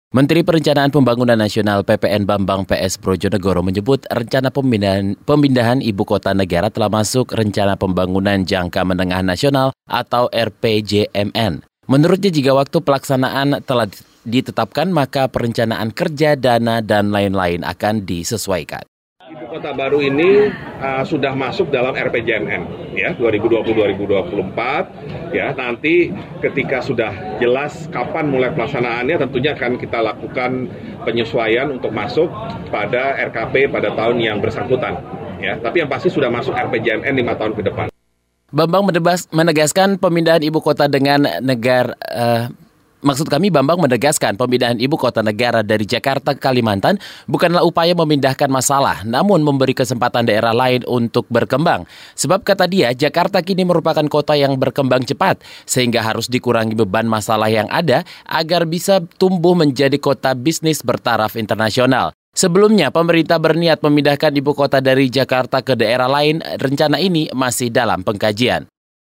Menteri Perencanaan Pembangunan Nasional PPN Bambang PS Brojonegoro menyebut rencana pemindahan ibu kota negara telah masuk Rencana Pembangunan Jangka Menengah Nasional atau RPJMN. Menurutnya jika waktu pelaksanaan telah ditetapkan maka perencanaan kerja, dana, dan lain-lain akan disesuaikan. Ibu kota baru ini sudah masuk dalam RPJMN ya 2020-2024 ya, nanti ketika sudah jelas kapan mulai pelaksanaannya tentunya akan kita lakukan penyesuaian untuk masuk pada RKP pada tahun yang bersangkutan ya, tapi yang pasti sudah masuk RPJMN 5 tahun ke depan. Bambang menegaskan pemindahan ibu kota dengan Bambang menegaskan pemindahan ibu kota negara dari Jakarta ke Kalimantan bukanlah upaya memindahkan masalah, namun memberi kesempatan daerah lain untuk berkembang. Sebab kata dia, Jakarta kini merupakan kota yang berkembang cepat, sehingga harus dikurangi beban masalah yang ada agar bisa tumbuh menjadi kota bisnis bertaraf internasional. Sebelumnya, pemerintah berniat memindahkan ibu kota dari Jakarta ke daerah lain. Rencana ini masih dalam pengkajian.